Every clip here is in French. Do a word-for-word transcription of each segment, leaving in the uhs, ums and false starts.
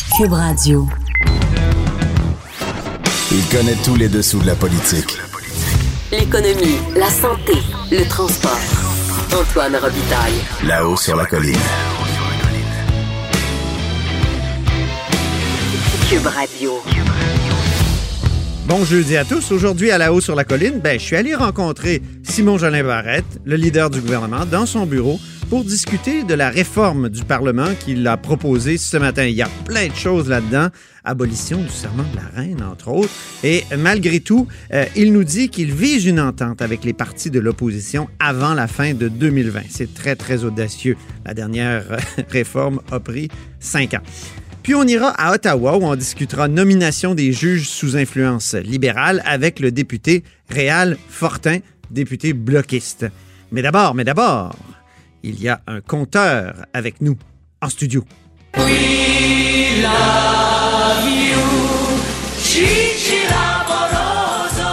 Cube Radio. Il connaît tous les dessous de la politique. L'économie, la santé, le transport. Antoine Robitaille. Là-haut sur la colline. Cube Radio. Bon jeudi à tous. Aujourd'hui, à Là-haut sur la colline, ben, je suis allé rencontrer Simon Jolin Barrette, le leader du gouvernement, dans son bureau pour discuter de la réforme du Parlement qu'il a proposée ce matin. Il y a plein de choses là-dedans. Abolition du serment de la reine, entre autres. Et malgré tout, euh, il nous dit qu'il vise une entente avec les partis de l'opposition avant la fin de deux mille vingt. C'est très, très audacieux. La dernière euh, réforme a pris cinq ans. Puis on ira à Ottawa où on discutera nomination des juges sous influence libérale avec le député Réal Fortin, député bloquiste. Mais d'abord, mais d'abord, il y a un conteur avec nous en studio. We love you, Gigi Lamoroso.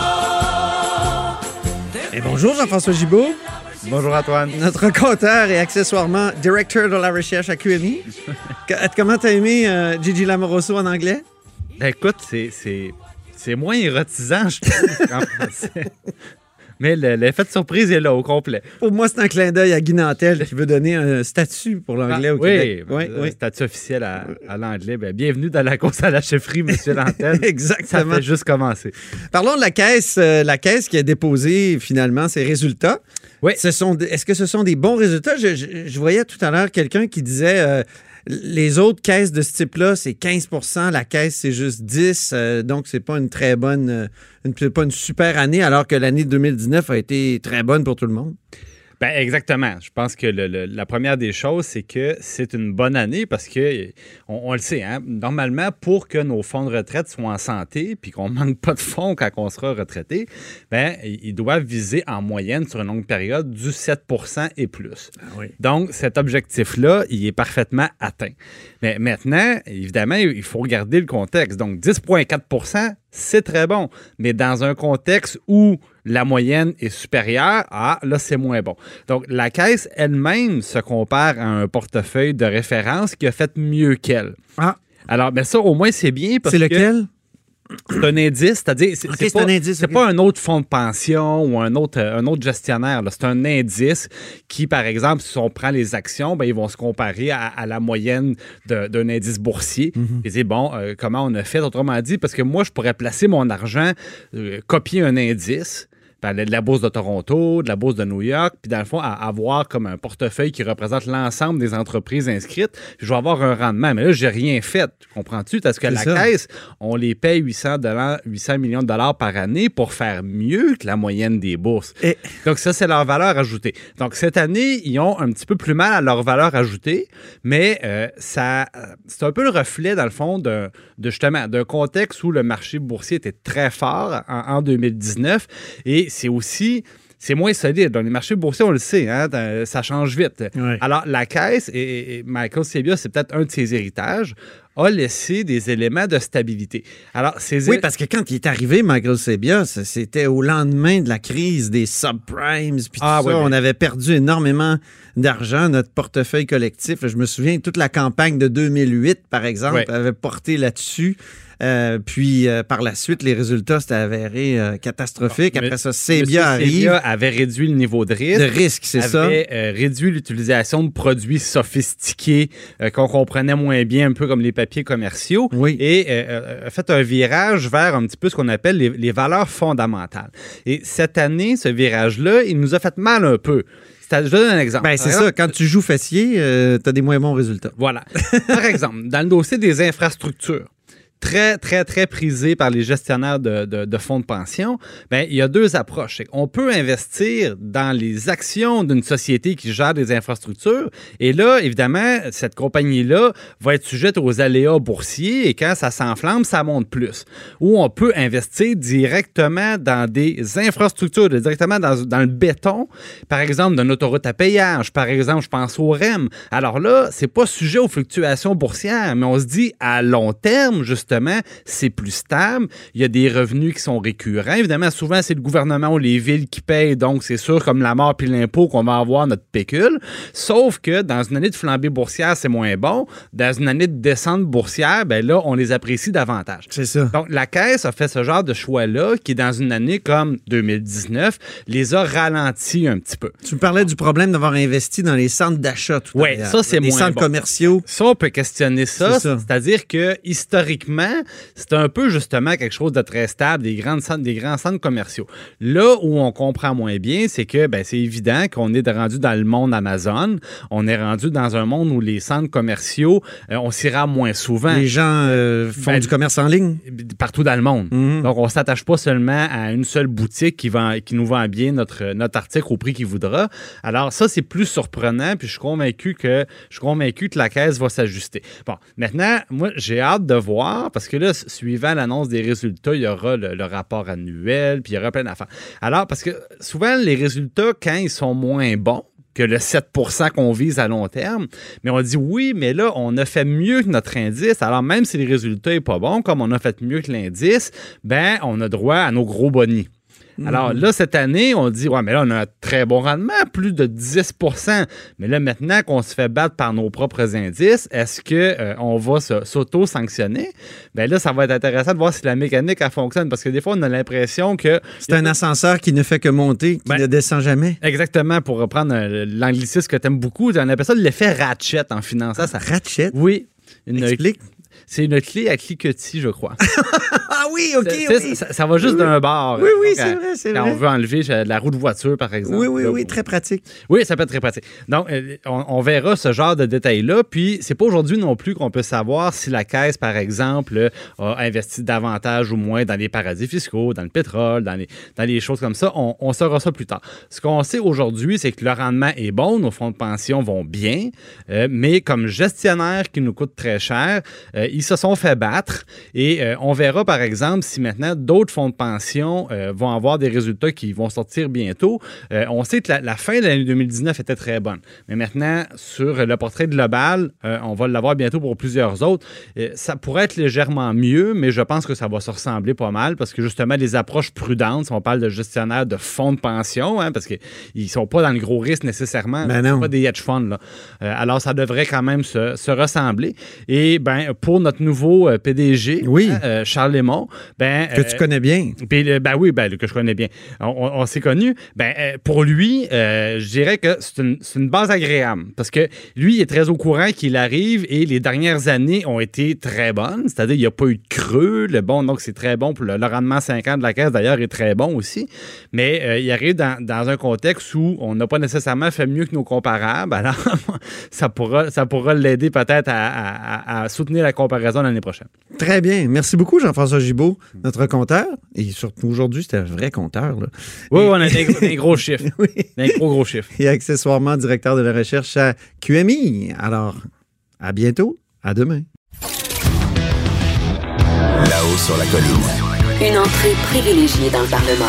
Et bonjour Jean-François Gibault. Bonjour Antoine. Notre conteur et accessoirement directeur de la recherche à Q M I. Comment t'as aimé euh, Gigi Lamoroso en anglais? Ben, écoute, c'est, c'est, c'est moins érotisant, je trouve, qu'en français. Mais le, l'effet de surprise est là, au complet. Pour moi, c'est un clin d'œil à Guy Nantel qui veut donner un statut pour l'anglais ah, au oui, Québec. Oui, oui, statut officiel à, à l'anglais. Ben, bienvenue dans la course à la chefferie, M. Nantel. Exactement. Ça fait juste commencer. Parlons de la caisse, euh, la caisse qui a déposé finalement ses résultats. Oui. Ce sont, est-ce que ce sont des bons résultats? Je, je, je voyais tout à l'heure quelqu'un qui disait... Euh, les autres caisses de ce type-là, c'est quinze pour cent. La caisse, c'est juste dix. Euh, donc, c'est pas une très bonne, euh, une, c'est pas une super année, alors que l'année deux mille dix-neuf a été très bonne pour tout le monde. Ben exactement. Je pense que le, le, la première des choses, c'est que c'est une bonne année parce que, on, on le sait, hein, normalement, pour que nos fonds de retraite soient en santé puis qu'on ne manque pas de fonds quand on sera retraité, ben, ils doivent viser en moyenne sur une longue période du sept pour cent et plus. Ah oui. Donc, cet objectif-là, il est parfaitement atteint. Mais maintenant, évidemment, il faut regarder le contexte. Donc, dix virgule quatre pour cent, c'est très bon. Mais dans un contexte où la moyenne est supérieure, ah, là, c'est moins bon. Donc, la Caisse elle-même se compare à un portefeuille de référence qui a fait mieux qu'elle. Ah. Alors, ben ça, au moins, c'est bien parce c'est que... C'est lequel? C'est un indice, c'est-à-dire, c'est, okay, c'est, c'est, pas, un indice, c'est okay. pas un autre fonds de pension ou un autre, un autre gestionnaire. Là. C'est un indice qui, par exemple, si on prend les actions, ben, ils vont se comparer à, à la moyenne de, d'un indice boursier. Mm-hmm. Et dire, bon, euh, comment on a fait? Autrement dit, parce que moi, je pourrais placer mon argent, euh, copier un indice, de la bourse de Toronto, de la bourse de New York, puis dans le fond, à avoir comme un portefeuille qui représente l'ensemble des entreprises inscrites, puis je vais avoir un rendement. Mais là, j'ai rien fait, comprends-tu? Parce que c'est la ça. Caisse, on les paye huit cents millions de dollars par année pour faire mieux que la moyenne des bourses. Et... Donc ça, c'est leur valeur ajoutée. Donc cette année, ils ont un petit peu plus mal à leur valeur ajoutée, mais euh, ça, c'est un peu le reflet, dans le fond, de, de justement d'un contexte où le marché boursier était très fort en, en deux mille dix-neuf, et c'est aussi, c'est moins solide. Dans les marchés boursiers, on le sait, hein, ça change vite. Oui. Alors, la Caisse, et, et Michael Sabia, c'est peut-être un de ses héritages, a laissé des éléments de stabilité. Alors, ces oui, parce que quand il est arrivé, Michael Sabia, c'était au lendemain de la crise des subprimes, puis tout ah, ça, oui, on oui. avait perdu énormément d'argent, notre portefeuille collectif. Je me souviens, toute la campagne de deux mille huit, par exemple, oui. avait porté là-dessus. Euh, puis, euh, par la suite, les résultats s'étaient avérés euh, catastrophiques. Bon, Après ça, Sabia arrive. Sabia avait réduit le niveau de risque. De risque, c'est avait, ça. avait euh, réduit l'utilisation de produits sophistiqués euh, qu'on comprenait moins bien, un peu comme les papiers commerciaux. Oui. Et euh, a fait un virage vers un petit peu ce qu'on appelle les, les valeurs fondamentales. Et cette année, ce virage-là, il nous a fait mal un peu. Je donne un exemple. Ben, c'est exemple, ça. Quand tu joues fessier, euh, tu as des moins bons résultats. Voilà. Par exemple, dans le dossier des infrastructures, très, très, très prisé par les gestionnaires de, de, de fonds de pension, bien, il y a deux approches. On peut investir dans les actions d'une société qui gère des infrastructures et là, évidemment, cette compagnie-là va être sujette aux aléas boursiers et quand ça s'enflamme, ça monte plus. Ou on peut investir directement dans des infrastructures, directement dans, dans le béton, par exemple, d'une autoroute à péage, par exemple, je pense au R E M. Alors là, c'est pas sujet aux fluctuations boursières, mais on se dit à long terme, justement, justement, c'est plus stable. Il y a des revenus qui sont récurrents. Évidemment, souvent, c'est le gouvernement ou les villes qui payent, donc c'est sûr, comme la mort puis l'impôt, qu'on va avoir notre pécule. Sauf que dans une année de flambée boursière, c'est moins bon. Dans une année de descente boursière, ben là, on les apprécie davantage. C'est ça. Donc, la Caisse a fait ce genre de choix-là qui, dans une année comme deux mille dix-neuf, les a ralentis un petit peu. Tu me parlais du problème d'avoir investi dans les centres d'achat tout à l'heure. Oui, ça, c'est les moins centres bon. commerciaux. Ça, on peut questionner ça. C'est ça. C'est-à-dire que, historiquement, c'est un peu, justement, quelque chose de très stable, des, grandes centres, des grands centres commerciaux. Là où on comprend moins bien, c'est que, ben, c'est évident qu'on est rendu dans le monde Amazon. On est rendu dans un monde où les centres commerciaux, euh, on s'y rend moins souvent. Les gens euh, font Ben, du commerce en ligne. Partout dans le monde. Mm-hmm. Donc, on ne s'attache pas seulement à une seule boutique qui, vend, qui nous vend bien notre, notre article au prix qu'il voudra. Alors, ça, c'est plus surprenant, puis je suis convaincu que, je suis convaincu que la Caisse va s'ajuster. Bon, maintenant, moi, j'ai hâte de voir, parce que là, suivant l'annonce des résultats, il y aura le, le rapport annuel, puis il y aura plein d'affaires. Alors, parce que souvent, les résultats, quand ils sont moins bons, que le sept pour cent qu'on vise à long terme. Mais on dit oui, mais là, on a fait mieux que notre indice. Alors, même si le résultat n'est pas bon, comme on a fait mieux que l'indice, ben on a droit à nos gros bonnies. Alors là, cette année, on dit, ouais, mais là, on a un très bon rendement, plus de dix pour cent. Mais là, maintenant qu'on se fait battre par nos propres indices, est-ce qu'on euh, va se, s'auto-sanctionner? Bien là, ça va être intéressant de voir si la mécanique, elle fonctionne. Parce que des fois, on a l'impression que... C'est un ascenseur qui ne fait que monter, qui ben, ne descend jamais. Exactement. Pour reprendre euh, l'anglicisme que tu aimes beaucoup, on appelle ça l'effet ratchet en finançant. Ça... Ratchet? Oui. Une... Explique. C'est une clé à cliquetis, je crois. Ah oui, OK, c'est, oui. Ça, ça va juste oui, d'un bord. Oui, oui, Donc, c'est vrai, c'est quand vrai. on veut enlever la roue de voiture, par exemple. Oui, oui, là, oui, vous... très pratique. Oui, ça peut être très pratique. Donc, on, on verra ce genre de détails-là. Puis, c'est pas aujourd'hui non plus qu'on peut savoir si la Caisse, par exemple, a investi davantage ou moins dans les paradis fiscaux, dans le pétrole, dans les, dans les choses comme ça. On, on saura ça plus tard. Ce qu'on sait aujourd'hui, c'est que le rendement est bon, nos fonds de pension vont bien, euh, mais comme gestionnaires qui nous coûtent très cher, euh, ils se sont fait battre. Et euh, on verra, par exemple, si maintenant d'autres fonds de pension euh, vont avoir des résultats qui vont sortir bientôt. Euh, on sait que la, la fin de l'année deux mille dix-neuf était très bonne. Mais maintenant, sur le portrait global, euh, on va l'avoir bientôt pour plusieurs autres. Euh, ça pourrait être légèrement mieux, mais je pense que ça va se ressembler pas mal parce que justement, les approches prudentes, si on parle de gestionnaires de fonds de pension, hein, parce qu'ils ne sont pas dans le gros risque nécessairement. Ben Ce non. pas des hedge funds. Là. Euh, alors, ça devrait quand même se, se ressembler. Et ben, pour notre nouveau euh, P D G, oui. hein, euh, Charles Lemont, ben, que tu connais bien. Puis, ben oui, ben, que je connais bien. On, on, on s'est connus. Ben, euh, pour lui, euh, je dirais que c'est une, c'est une base agréable parce que lui, il est très au courant qu'il arrive et les dernières années ont été très bonnes. C'est-à-dire, il n'y a pas eu de creux. Le bon, donc, c'est très bon. Pour le, le rendement cinq ans de la Caisse, d'ailleurs, est très bon aussi. Mais euh, il arrive dans, dans un contexte où on n'a pas nécessairement fait mieux que nos comparables. Alors, ça pourra, ça pourra l'aider peut-être à, à, à soutenir la comparaison l'année prochaine. Très bien. Merci beaucoup, Jean-François Gibault, notre compteur. Et surtout, aujourd'hui, c'était un vrai compteur. Là. Oui, et... on a des, des gros chiffres. Oui. Des gros, gros chiffres. Et accessoirement, directeur de la recherche à Q M I. Alors, à bientôt. À demain. Là-haut sur la colline. Une entrée privilégiée dans le Parlement.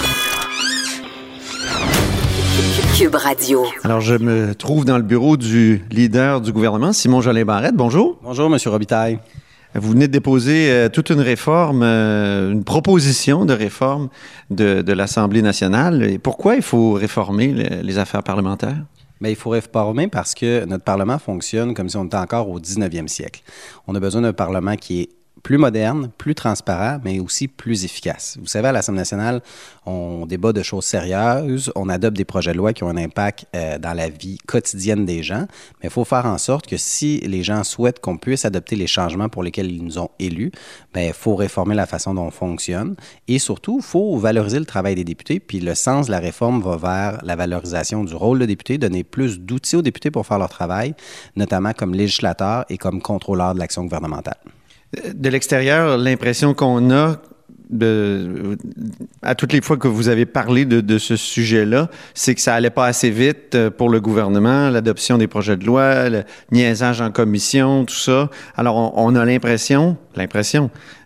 Cube Radio. Alors, je me trouve dans le bureau du leader du gouvernement, Simon Jolin Barrette. Bonjour. Bonjour, M. Robitaille. Vous venez de déposer euh, toute une réforme, euh, une proposition de réforme de, de l'Assemblée nationale. Et pourquoi il faut réformer le, les affaires parlementaires? Bien, il faut réformer parce que notre Parlement fonctionne comme si on était encore au dix-neuvième siècle. On a besoin d'un Parlement qui est plus moderne, plus transparent, mais aussi plus efficace. Vous savez, à l'Assemblée nationale, on débat de choses sérieuses, on adopte des projets de loi qui ont un impact euh, dans la vie quotidienne des gens, mais il faut faire en sorte que si les gens souhaitent qu'on puisse adopter les changements pour lesquels ils nous ont élus, bien, il faut réformer la façon dont on fonctionne et surtout, il faut valoriser le travail des députés, puis le sens de la réforme va vers la valorisation du rôle des députés, donner plus d'outils aux députés pour faire leur travail, notamment comme législateurs et comme contrôleurs de l'action gouvernementale. De l'extérieur, l'impression qu'on a de, à toutes les fois que vous avez parlé de, de ce sujet-là, c'est que ça allait pas assez vite pour le gouvernement, l'adoption des projets de loi, le niaisage en commission, tout ça. Alors, on, on a l'impression, l'impression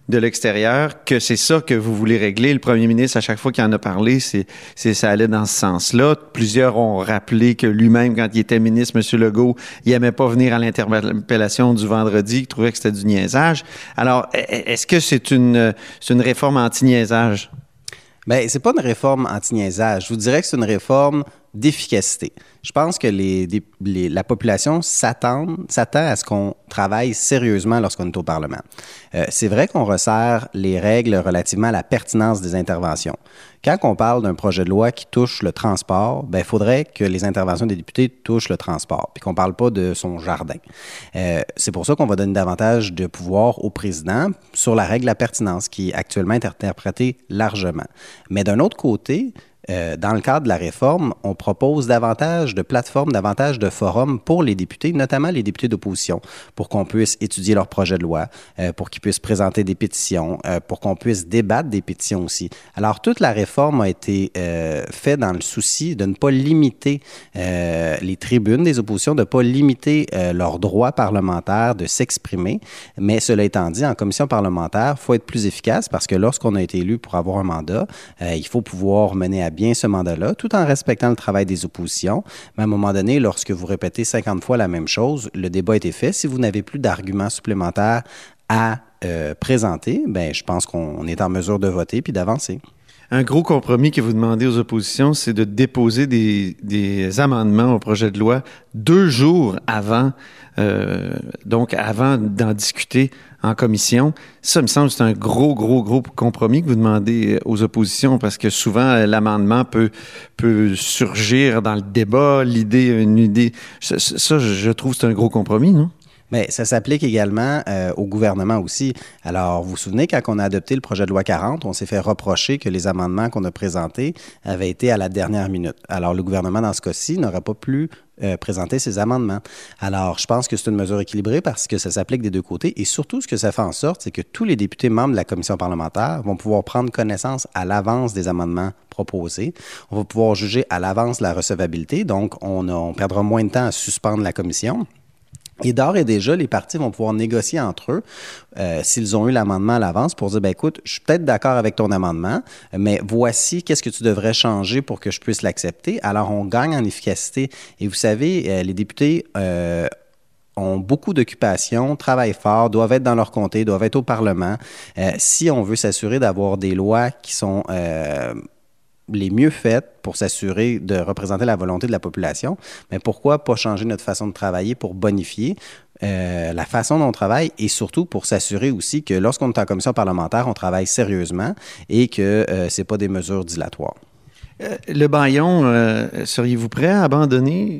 de l'extérieur que c'est ça que vous voulez régler. Le premier ministre, à chaque fois qu'il en a parlé, c'est, c'est ça allait dans ce sens-là. Plusieurs ont rappelé que lui-même, quand il était ministre, M. Legault, il aimait pas venir à l'interpellation du vendredi, il trouvait que c'était du niaisage. Alors, est-ce que c'est une, c'est une réforme anti-niaisage? Bien, c'est pas une réforme anti-niaisage. Je vous dirais que c'est une réforme d'efficacité. Je pense que les, les, la population s'attend, s'attend à ce qu'on travaille sérieusement lorsqu'on est au Parlement. Euh, c'est vrai qu'on resserre les règles relativement à la pertinence des interventions. Quand on parle d'un projet de loi qui touche le transport, ben, il faudrait que les interventions des députés touchent le transport, puis qu'on ne parle pas de son jardin. Euh, c'est pour ça qu'on va donner davantage de pouvoir au président sur la règle de la pertinence, qui est actuellement interprétée largement. Mais d'un autre côté, Euh, dans le cadre de la réforme, on propose davantage de plateformes, davantage de forums pour les députés, notamment les députés d'opposition, pour qu'on puisse étudier leurs projets de loi, euh, pour qu'ils puissent présenter des pétitions, euh, pour qu'on puisse débattre des pétitions aussi. Alors, toute la réforme a été euh, faite dans le souci de ne pas limiter euh, les tribunes des oppositions, de ne pas limiter euh, leurs droits parlementaires de s'exprimer. Mais cela étant dit, en commission parlementaire, il faut être plus efficace parce que lorsqu'on a été élu pour avoir un mandat, euh, il faut pouvoir mener à bien ce mandat-là, tout en respectant le travail des oppositions. Mais à un moment donné, lorsque vous répétez cinquante fois la même chose, le débat a été fait. Si vous n'avez plus d'arguments supplémentaires à euh, présenter, bien, je pense qu'on est en mesure de voter puis d'avancer. Un gros compromis que vous demandez aux oppositions, c'est de déposer des, des amendements au projet de loi deux jours avant, euh, donc avant d'en discuter en commission. Ça, il me semble, c'est un gros, gros, gros compromis que vous demandez aux oppositions parce que souvent, l'amendement peut, peut surgir dans le débat, l'idée, une idée. Ça, ça je trouve, c'est un gros compromis, non? Bien, ça s'applique également euh, au gouvernement aussi. Alors, vous vous souvenez, quand on a adopté le projet de loi quarante, on s'est fait reprocher que les amendements qu'on a présentés avaient été à la dernière minute. Alors, le gouvernement, dans ce cas-ci, n'aurait pas pu euh, présenter ses amendements. Alors, je pense que c'est une mesure équilibrée parce que ça s'applique des deux côtés. Et surtout, ce que ça fait en sorte, c'est que tous les députés membres de la commission parlementaire vont pouvoir prendre connaissance à l'avance des amendements proposés. On va pouvoir juger à l'avance la recevabilité. Donc, on, a, on perdra moins de temps à suspendre la commission. Et d'ores et déjà, les partis vont pouvoir négocier entre eux euh, s'ils ont eu l'amendement à l'avance pour dire, ben écoute, je suis peut-être d'accord avec ton amendement, mais voici qu'est-ce que tu devrais changer pour que je puisse l'accepter. Alors, on gagne en efficacité. Et vous savez, euh, les députés euh, ont beaucoup d'occupations, travaillent fort, doivent être dans leur comté, doivent être au Parlement. Euh, si on veut s'assurer d'avoir des lois qui sont euh, les mieux faites pour s'assurer de représenter la volonté de la population, mais pourquoi pas changer notre façon de travailler pour bonifier euh, la façon dont on travaille et surtout pour s'assurer aussi que lorsqu'on est en commission parlementaire, on travaille sérieusement et que euh, ce n'est pas des mesures dilatoires. Euh, le bâillon, euh, seriez-vous prêt à abandonner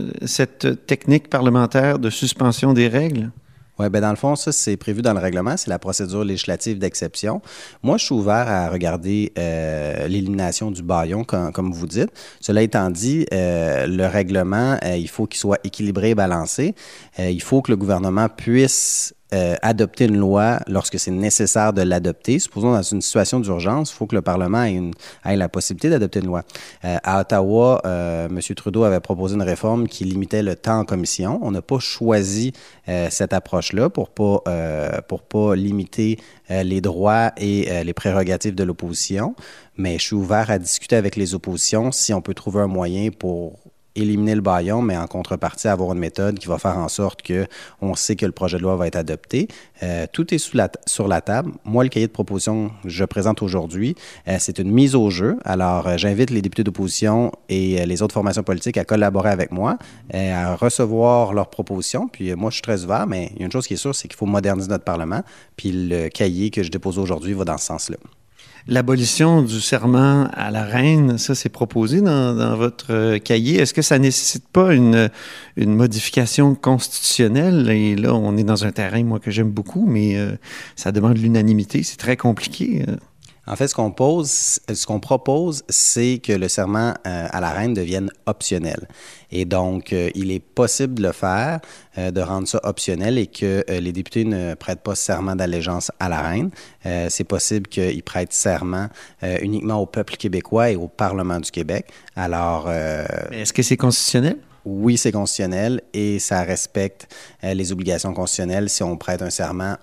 cette technique parlementaire de suspension des règles? Oui, bien dans le fond, ça, c'est prévu dans le règlement. C'est la procédure législative d'exception. Moi, je suis ouvert à regarder euh, l'élimination du bâillon, comme, comme vous dites. Cela étant dit, euh, le règlement, euh, il faut qu'il soit équilibré et balancé. Euh, il faut que le gouvernement puisse Euh, adopter une loi lorsque c'est nécessaire de l'adopter. Supposons dans une situation d'urgence, il faut que le Parlement ait, une, ait la possibilité d'adopter une loi. Euh, à Ottawa, euh, M. Trudeau avait proposé une réforme qui limitait le temps en commission. On n'a pas choisi euh, cette approche-là pour pas euh, pour pas limiter euh, les droits et euh, les prérogatives de l'opposition. Mais je suis ouvert à discuter avec les oppositions si on peut trouver un moyen pour éliminer le bâillon, mais en contrepartie, avoir une méthode qui va faire en sorte qu'on sait que le projet de loi va être adopté. Euh, tout est sous la t- sur la table. Moi, le cahier de proposition que je présente aujourd'hui, euh, c'est une mise au jeu. Alors, euh, j'invite les députés d'opposition et euh, les autres formations politiques à collaborer avec moi, euh, à recevoir leurs propositions. Puis euh, moi, je suis très ouvert, mais il y a une chose qui est sûre, c'est qu'il faut moderniser notre Parlement. Puis le cahier que je dépose aujourd'hui va dans ce sens-là. L'abolition du serment à la reine, ça, c'est proposé dans, dans votre euh, cahier. Est-ce que ça nécessite pas une, une modification constitutionnelle? Et là, on est dans un terrain, moi, que j'aime beaucoup, mais euh, ça demande l'unanimité. C'est très compliqué. Euh. En fait, ce qu'on pose, ce qu'on propose, c'est que le serment euh, à la reine devienne optionnel. Et donc, euh, il est possible de le faire, euh, de rendre ça optionnel et que euh, les députés ne prêtent pas serment d'allégeance à la reine. Euh, c'est possible qu'ils prêtent serment euh, uniquement au peuple québécois et au Parlement du Québec. Alors... Euh, Est-ce que c'est constitutionnel? Oui, c'est constitutionnel et ça respecte euh, les obligations constitutionnelles si on prête un serment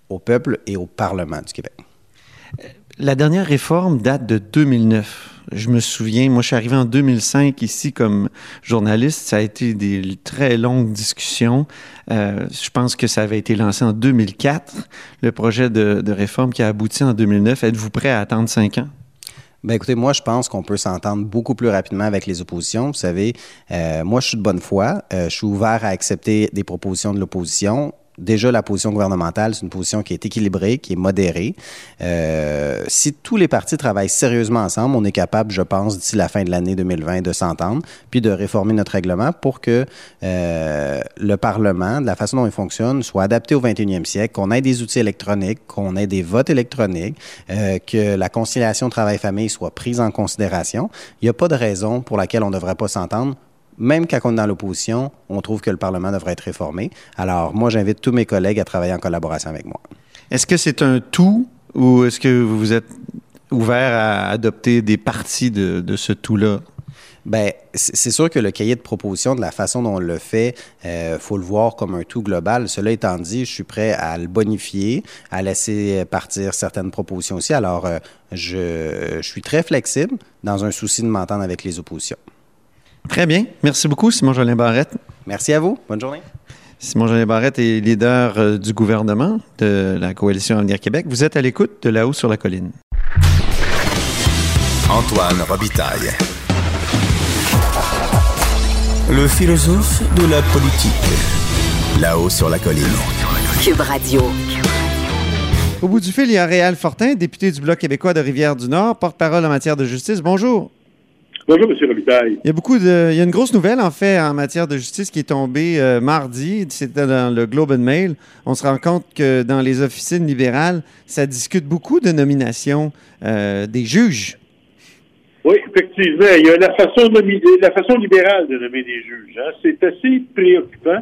au peuple et au Parlement du Québec. La dernière réforme date de deux mille neuf. Je me souviens, moi, je suis arrivé en deux mille cinq ici comme journaliste. Ça a été des très longues discussions. Euh, je pense que ça avait été lancé en deux mille quatre, le projet de, de réforme qui a abouti en deux mille neuf. Êtes-vous prêt à attendre cinq ans? Bien, écoutez, moi, je pense qu'on peut s'entendre beaucoup plus rapidement avec les oppositions. Vous savez, euh, moi, je suis de bonne foi. Euh, je suis ouvert à accepter des propositions de l'opposition. Déjà, la position gouvernementale, c'est une position qui est équilibrée, qui est modérée. Euh, si tous les partis travaillent sérieusement ensemble, on est capable, je pense, d'ici la fin de l'année deux mille vingt, de s'entendre, puis de réformer notre règlement pour que euh, le Parlement, de la façon dont il fonctionne, soit adapté au vingt et unième siècle, qu'on ait des outils électroniques, qu'on ait des votes électroniques, euh, que la conciliation travail-famille soit prise en considération. Il n'y a pas de raison pour laquelle on ne devrait pas s'entendre. Même quand on est dans l'opposition, on trouve que le Parlement devrait être réformé. Alors, moi, j'invite tous mes collègues à travailler en collaboration avec moi. Est-ce que c'est un tout ou est-ce que vous êtes ouvert à adopter des parties de, de ce tout-là? Bien, c'est sûr que le cahier de proposition, de la façon dont on le fait, il euh, faut le voir comme un tout global. Cela étant dit, je suis prêt à le bonifier, à laisser partir certaines propositions aussi. Alors, euh, je, je suis très flexible dans un souci de m'entendre avec les oppositions. Très bien. Merci beaucoup, Simon-Jolin Barrette. Merci à vous. Bonne journée. Simon-Jolin Barrette est leader euh, du gouvernement de la Coalition Avenir Québec. Vous êtes à l'écoute de Là-haut sur la colline. Antoine Robitaille. Le philosophe de la politique. Là-haut sur la colline. Cube Radio. Au bout du fil, il y a Réal Fortin, député du Bloc québécois de Rivière-du-Nord, porte-parole en matière de justice. Bonjour. Bonjour, M. Robitaille. Il y a beaucoup de, il y a une grosse nouvelle, en fait, en matière de justice qui est tombée euh, mardi. C'était dans le Globe and Mail. On se rend compte que dans les officines libérales, ça discute beaucoup de nominations euh, des juges. Oui, effectivement. Il y a la façon, nomi- la façon libérale de nommer des juges. Hein. C'est assez préoccupant.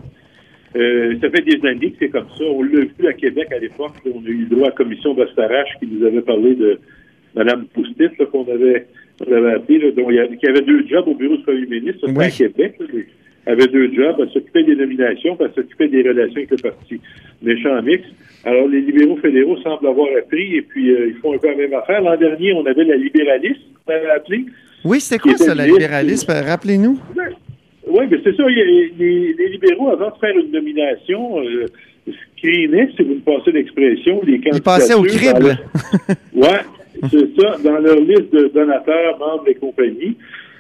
Euh, ça fait des années que c'est comme ça. On l'a vu à Québec à l'époque. Là, on a eu le droit à la commission Bastarache qui nous avait parlé de Mme Poustit, là, qu'on avait... On avait appelé, là, dont il y avait, qui avait deux jobs au bureau du premier ministre, ça, c'était oui. à Québec. Là, elle avait deux jobs, elle s'occupait des nominations, puis elle s'occupait des relations avec le parti méchant mix. Alors, les libéraux fédéraux semblent avoir appris, et puis euh, ils font un peu la même affaire. L'an dernier, on avait la libéraliste, on avait appelé. Oui, c'était quoi ça, la libéraliste? Rappelez-nous. Oui, mais c'est ça. Il y a, les, les libéraux, avant de faire une nomination, euh, screenaient, si vous me passez l'expression, les candidatures. Ils passaient au crible. Oui. C'est ça, dans leur liste de donateurs, membres et compagnie.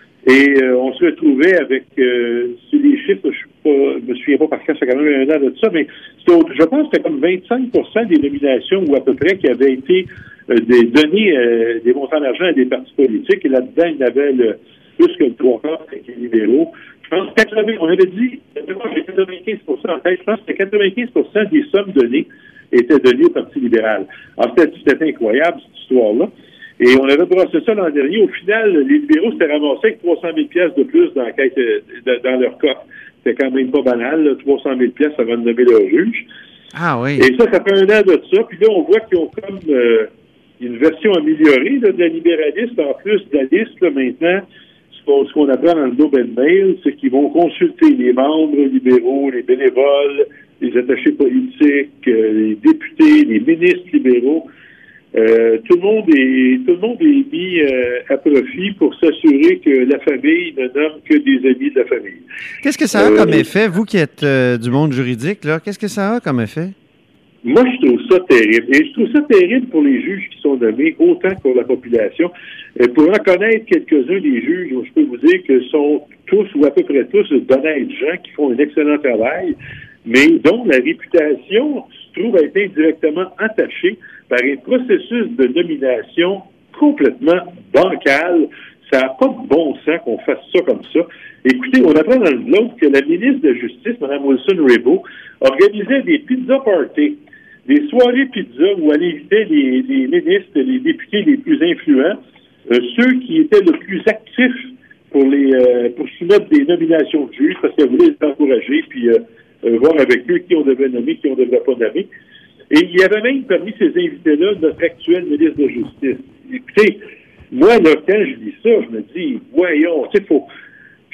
Et euh, on se retrouvait avec, euh, c'est des chiffres, je ne me souviens pas par cœur, ça fait quand même un an de ça, mais au, je pense que c'était comme vingt-cinq pour cent des nominations, ou à peu près, qui avaient été euh, des, données euh, des montants d'argent à des partis politiques. Et là-dedans, il y avait le, plus que le trois quarts avec les libéraux. Je pense que quatre-vingts, on avait dit, quatre-vingt-quinze pour cent en tête, je pense que quatre-vingt-quinze pour cent des sommes données étaient données au Parti libéral. Alors, c'était, c'était incroyable, cette histoire-là. Et on avait brassé ça l'an dernier. Au final, les libéraux s'étaient ramassés avec trois cent mille piastres de plus dans la caisse, de, dans leur coffre. C'était quand même pas banal, là, trois cent mille piastres avant de nommer leur juge. Ah oui. Et ça, ça fait un an de ça. Puis là, on voit qu'ils ont comme euh, une version améliorée là, de la libéraliste. En plus de la liste, là, maintenant, ce qu'on, ce qu'on apprend dans le Globe and Mail, c'est qu'ils vont consulter les membres libéraux, les bénévoles, les attachés politiques, euh, les députés, les ministres libéraux. Euh, tout le monde est tout le monde est mis euh, à profit pour s'assurer que la famille ne nomme que des amis de la famille. Qu'est-ce que ça a euh, comme effet, vous qui êtes euh, du monde juridique, là, qu'est-ce que ça a comme effet? Moi, je trouve ça terrible. Et je trouve ça terrible pour les juges qui sont nommés, autant que pour la population. Et pour en connaître quelques-uns des juges, je peux vous dire que sont tous, ou à peu près tous, d'honnêtes gens qui font un excellent travail, mais dont la réputation se trouve à être indirectement entachée par un processus de nomination complètement bancal. Ça n'a pas de bon sens qu'on fasse ça comme ça. Écoutez, on apprend dans le Globe que la ministre de la Justice, Mme Wilson-Raybould, organisait des pizza parties, des soirées pizza où elle invitait les, les ministres, les députés les plus influents, euh, ceux qui étaient le plus actifs pour les euh, pour soumettre des nominations de juges, parce qu'elle voulait les encourager, puis euh, euh, voir avec eux qui on devait nommer, qui on ne devait pas nommer. Et il y avait même parmi ces invités-là notre actuel ministre de la Justice. Écoutez, moi, là, quand je dis ça, je me dis, voyons, tu sais, faut... Je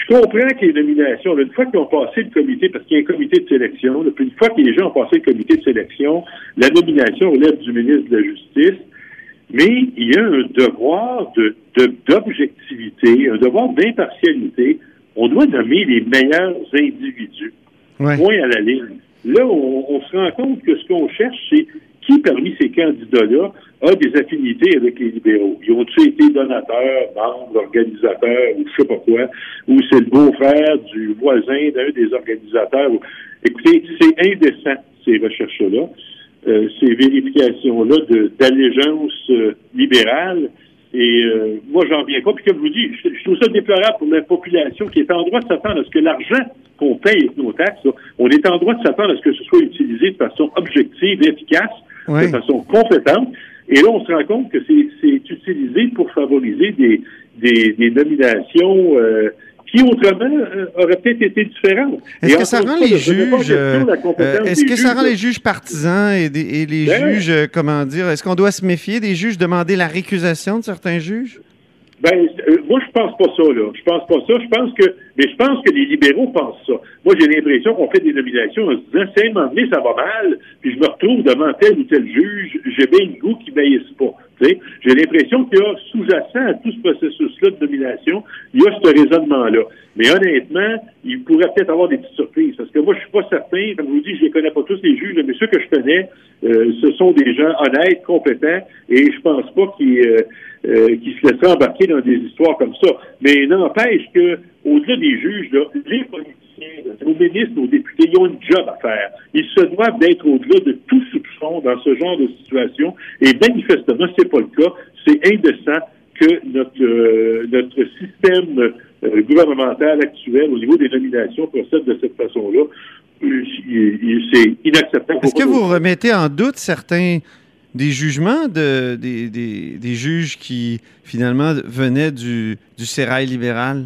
je comprends que les nominations, là, une fois qu'ils ont passé le comité, parce qu'il y a un comité de sélection, là, puis une fois que les gens ont passé le comité de sélection, la nomination relève du ministre de la Justice, mais il y a un devoir de, de, d'objectivité, un devoir d'impartialité. On doit nommer les meilleurs individus. Ouais. Point à la ligne. Là, on, on se rend compte que ce qu'on cherche, c'est qui parmi ces candidats-là a des affinités avec les libéraux. Ils ont-ils été donateurs, membres, organisateurs, ou je sais pas quoi, ou c'est le beau-frère du voisin d'un des organisateurs. Écoutez, c'est indécent, ces recherches-là, euh, ces vérifications-là de, d'allégeance euh, libérale. Et euh, moi, j'en viens pas. Puis comme je vous dis, je, je trouve ça déplorable pour la population qui est en droit de s'attendre à ce que l'argent qu'on paye avec nos taxes, là, on est en droit de s'attendre à ce que ce soit utilisé de façon objective, efficace, oui. de façon compétente. Et là, on se rend compte que c'est, c'est utilisé pour favoriser des, des, des nominations euh, qui, autrement, euh, auraient peut-être été différentes. Est-ce et que ça rend les juges... Euh, euh, est-ce que ça rend les juges partisans et, des, et les ben, juges, euh, comment dire, est-ce qu'on doit se méfier des juges, demander la récusation de certains juges? Ben, euh, moi, je pense pas ça, là. Je pense pas ça. Je pense que, mais je pense que les libéraux pensent ça. Moi, j'ai l'impression qu'on fait des nominations en se disant, si à un moment donné, ça va mal, puis je me retrouve devant tel ou tel juge, j'ai bien le goût qu'il m'aillisse pas. T'sais? J'ai l'impression qu'il y a sous-jacent à tout ce processus-là de nomination, il y a ce raisonnement-là. Mais honnêtement, il pourrait peut-être avoir des petites surprises. Parce que moi, je suis pas certain, comme je vous dis, je les connais pas tous les juges, mais ceux que je connais, euh, ce sont des gens honnêtes, compétents, et je pense pas qu'ils euh, euh, qu'ils se laisseraient embarquer dans des histoires comme ça. Mais n'empêche que, au-delà des juges, là, les politiciens, nos ministres, nos députés, ils ont une job à faire. Ils se doivent d'être au-delà de tout soupçon dans ce genre de situation. Et manifestement, c'est pas le cas. C'est indécent que notre euh, notre système euh, gouvernemental actuel, au niveau des nominations, procède de cette façon-là. Euh, il, il, c'est inacceptable. Est-ce que vous remettez en doute certains des jugements de, des, des, des juges qui, finalement, venaient du, du sérail libéral?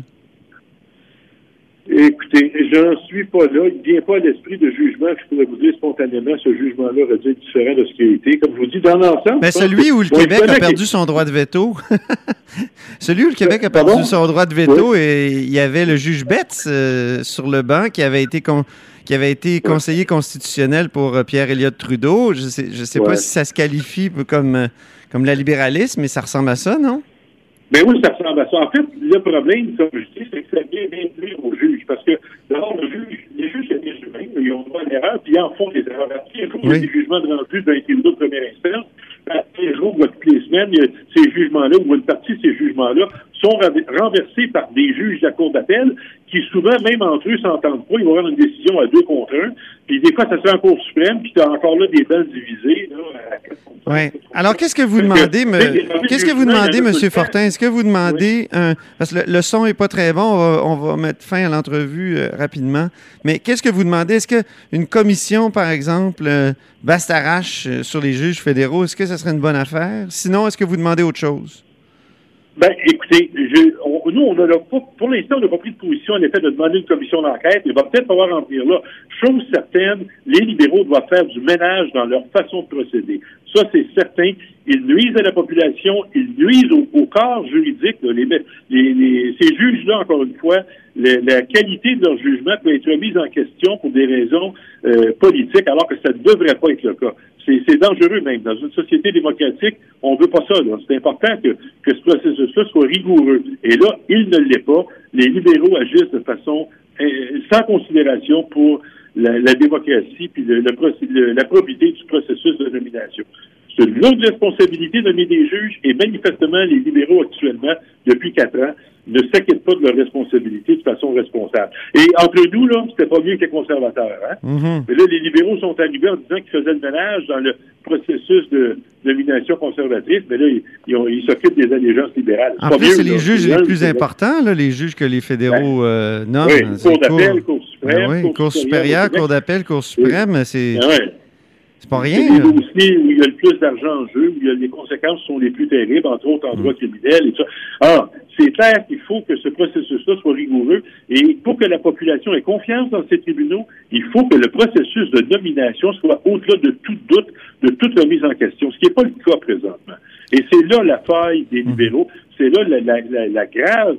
Écoutez, j'en suis pas là. Il ne vient pas à l'esprit de jugement que je pourrais vous dire spontanément ce jugement-là aurait dû être différent de ce qui a été. Comme je vous dis, dans l'ensemble... Mais celui où le Québec a perdu son droit de veto. Celui où le Québec a perdu Pardon? son droit de veto oui. et il y avait le juge Betts euh, sur le banc qui avait été... Con... qui avait été conseiller constitutionnel pour euh, Pierre-Éliott Trudeau. Je sais, je sais ouais. pas si ça se qualifie comme, euh, comme la libéralisme, mais ça ressemble à ça, non? Mais oui, ça ressemble à ça. En fait, le problème, comme je dis, c'est que ça vient d'induire aux juges. Parce que, d'abord, le juge, les juges, c'est des humains, ils ont droit à l'erreur, puis ils en font des erreurs. Il y a toujours des jugements de rendu d'un tribunal de première instance. Tous les jours, toutes les semaines, il y a ces jugements-là, ou une partie de ces jugements-là, sont renversés par des juges de la Cour d'appel qui, souvent, même entre eux, s'entendent pas. Ils vont avoir une décision à deux contre un. Puis des fois, ça se fait en Cour suprême, puis tu as encore là des balles divisées. Oui. Alors, qu'est-ce que vous demandez, me... qu'est-ce que vous demandez, M. Fortin? Est-ce que vous demandez oui. un... Parce que le, le son n'est pas très bon, on va, on va mettre fin à l'entrevue euh, rapidement. Mais qu'est-ce que vous demandez? Est-ce qu'une commission, par exemple, euh, Bastarache euh, sur les juges fédéraux, est-ce que ça serait une bonne affaire? Sinon, est-ce que vous demandez autre chose? Ben, écoutez, je, on, nous, on a pas, pour l'instant, on n'a pas pris de position à l'effet de demander une commission d'enquête. Il va peut-être falloir en venir là. Chose certaine, les libéraux doivent faire du ménage dans leur façon de procéder. Ça, c'est certain. Ils nuisent à la population, ils nuisent au, au corps juridique. Là, les, les, les, ces juges-là, encore une fois, le, la qualité de leur jugement peut être remise en question pour des raisons euh, politiques, alors que ça ne devrait pas être le cas. C'est, c'est dangereux même. Dans une société démocratique, on veut pas ça. Là. C'est important que, que ce processus-là soit rigoureux. Et là, il ne l'est pas. Les libéraux agissent de façon euh, sans considération pour la, la démocratie puis le, le, le, la probité du processus de nomination. C'est une lourde responsabilité de nommer des juges et manifestement, les libéraux actuellement, depuis quatre ans, ne s'inquiètent pas de leurs responsabilités de façon responsable. Et entre nous, là, c'était pas mieux que les conservateurs. Hein? Mm-hmm. Mais là, les libéraux sont arrivés en disant qu'ils faisaient le ménage dans le processus de nomination conservatrice, mais là, ils, ils, ont, ils s'occupent des allégeances libérales. En plus, c'est les juges les plus importants, là, les juges que les fédéraux ben, euh, nomment. Oui, Cour d'appel, Cour suprême. Ben oui, Cour supérieure, Cour d'appel, Cour suprême, oui. c'est... Ben ouais. C'est pas rien. C'est les dossiers où il y a le plus d'argent en jeu, où il y a, les conséquences sont les plus terribles, entre autres en droit mmh. criminel et tout ça. Alors, c'est clair qu'il faut que ce processus-là soit rigoureux et pour que la population ait confiance dans ces tribunaux, il faut que le processus de nomination soit au-delà de tout doute, de toute remise en question, ce qui n'est pas le cas présentement. Et c'est là la faille des libéraux, c'est là la, la, la, la grave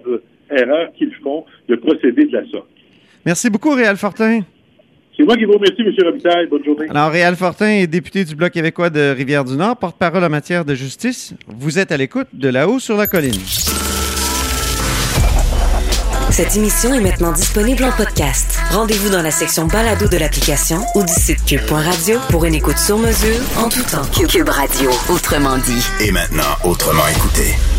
erreur qu'ils font de procéder de la sorte. Merci beaucoup, Réal Fortin. C'est moi qui vous remercie, M. Robitaille. Bonne journée. Alors, Réal Fortin est député du Bloc québécois de Rivière-du-Nord, porte-parole en matière de justice. Vous êtes à l'écoute de Là-haut sur la colline. Cette émission est maintenant disponible en podcast. Rendez-vous dans la section balado de l'application ou du site cube point radio pour une écoute sur mesure en tout temps. Cube Radio, autrement dit. Et maintenant, autrement écouté.